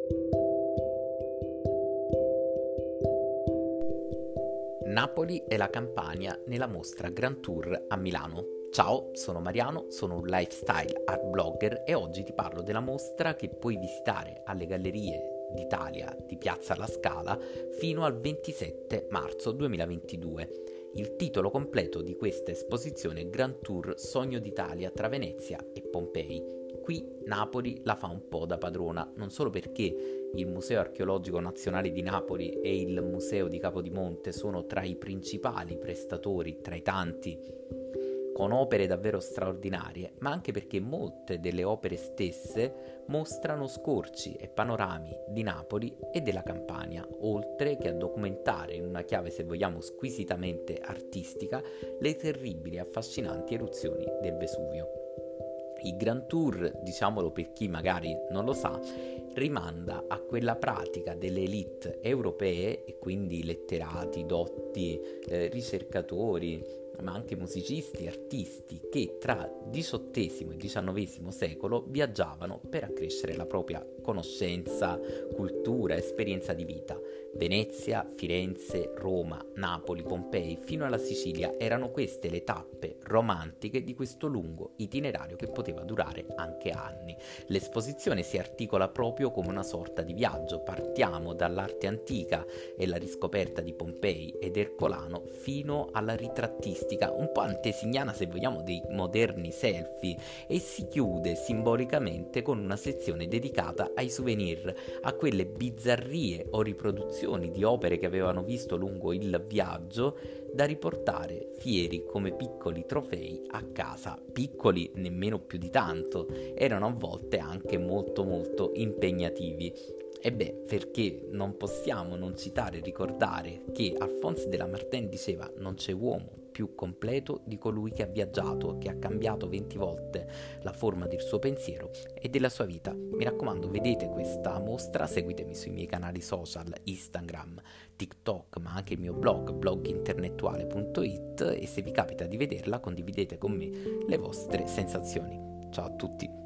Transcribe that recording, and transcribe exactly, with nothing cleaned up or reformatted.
Napoli e la Campania nella mostra Grand Tour a Milano. Ciao, sono Mariano, sono un lifestyle art blogger e oggi ti parlo della mostra che puoi visitare alle Gallerie d'Italia di Piazza La Scala fino al ventisette marzo duemilaventidue. Il titolo completo di questa esposizione è Grand Tour Sogno d'Italia tra Venezia e Pompei. Qui Napoli la fa un po' da padrona, non solo perché il Museo Archeologico Nazionale di Napoli e il Museo di Capodimonte sono tra i principali prestatori, tra i tanti, con opere davvero straordinarie, ma anche perché molte delle opere stesse mostrano scorci e panorami di Napoli e della Campania, oltre che a documentare in una chiave, se vogliamo, squisitamente artistica, le terribili e affascinanti eruzioni del Vesuvio. Il Grand Tour, diciamolo per chi magari non lo sa, rimanda a quella pratica delle elite europee e quindi letterati, dotti, eh, ricercatori, ma anche musicisti, artisti che tra diciottesimo e diciannovesimo secolo viaggiavano per accrescere la propria conoscenza, cultura, esperienza di vita. Venezia, Firenze, Roma, Napoli, Pompei, fino alla Sicilia erano queste le tappe romantiche di questo lungo itinerario che poteva durare anche anni. L'esposizione si articola proprio come una sorta di viaggio. Partiamo dall'arte antica e la riscoperta di Pompei ed Ercolano fino alla ritrattistica, un po' antesignana se vogliamo, dei moderni selfie, e si chiude simbolicamente con una sezione dedicata ai souvenir, a quelle bizzarrie o riproduzioni di opere che avevano visto lungo il viaggio da riportare fieri come piccoli trofei a casa. Piccoli nemmeno più di tanto, erano a volte anche molto molto impegnativi. E beh, perché non possiamo non citare e ricordare che Alphonse de Lamartine diceva: non c'è uomo più completo di colui che ha viaggiato, che ha cambiato venti volte la forma del suo pensiero e della sua vita. Mi raccomando, vedete questa mostra, seguitemi sui miei canali social, Instagram, TikTok, ma anche il mio blog, blog internetuale punto it, e se vi capita di vederla condividete con me le vostre sensazioni. Ciao a tutti!